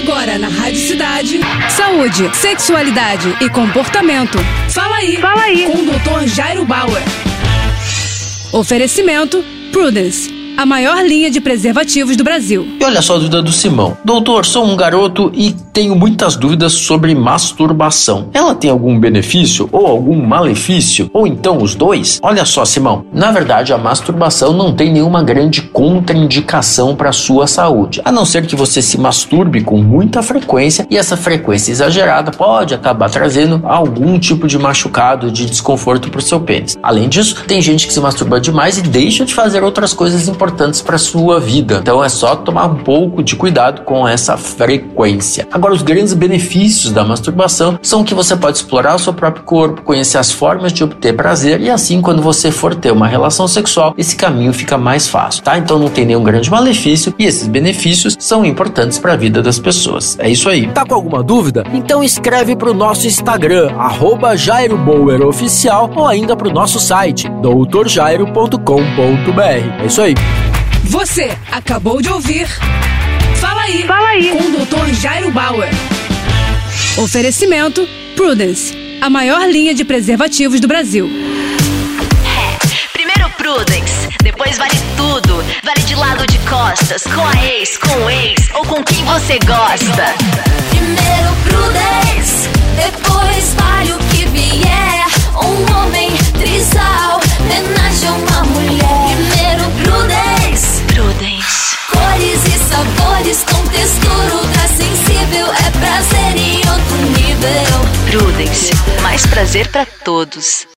Agora na Rádio Cidade, saúde, sexualidade e comportamento. Fala aí, com o Dr. Jairo Bauer. Oferecimento Prudence, a maior linha de preservativos do Brasil. E olha só a dúvida do Simão. Doutor, sou um garoto e tenho muitas dúvidas sobre masturbação. Ela tem algum benefício ou algum malefício? Ou então os dois? Olha só, Simão. Na verdade, a masturbação não tem nenhuma grande contraindicação para a sua saúde. A não ser que você se masturbe com muita frequência e essa frequência exagerada pode acabar trazendo algum tipo de machucado, de desconforto para o seu pênis. Além disso, tem gente que se masturba demais e deixa de fazer outras coisas importantes para sua vida. Então é só tomar um pouco de cuidado com essa frequência. Agora, os grandes benefícios da masturbação são que você pode explorar o seu próprio corpo, conhecer as formas de obter prazer e assim, quando você for ter uma relação sexual, esse caminho fica mais fácil, tá? Então não tem nenhum grande malefício e esses benefícios são importantes para a vida das pessoas. É isso aí. Tá com alguma dúvida? Então escreve pro nosso Instagram, @JairoBauerOficial, ou ainda pro nosso site, doutorjairo.com.br. É isso aí. Você acabou de ouvir Fala aí, com o Dr. Jairo Bauer. Oferecimento Prudence, a maior linha de preservativos do Brasil. Primeiro Prudence, depois vale tudo. Vale de lado, de costas, com a ex, com o ex ou com quem você gosta. Primeiro Prudence, depois vale o que vier. Um homem trisal, homenagem a uma mulher. Primeiro Prudence, cores e sabores com textura ultra sensível. É prazer em outro nível. Prudence, mais prazer pra todos.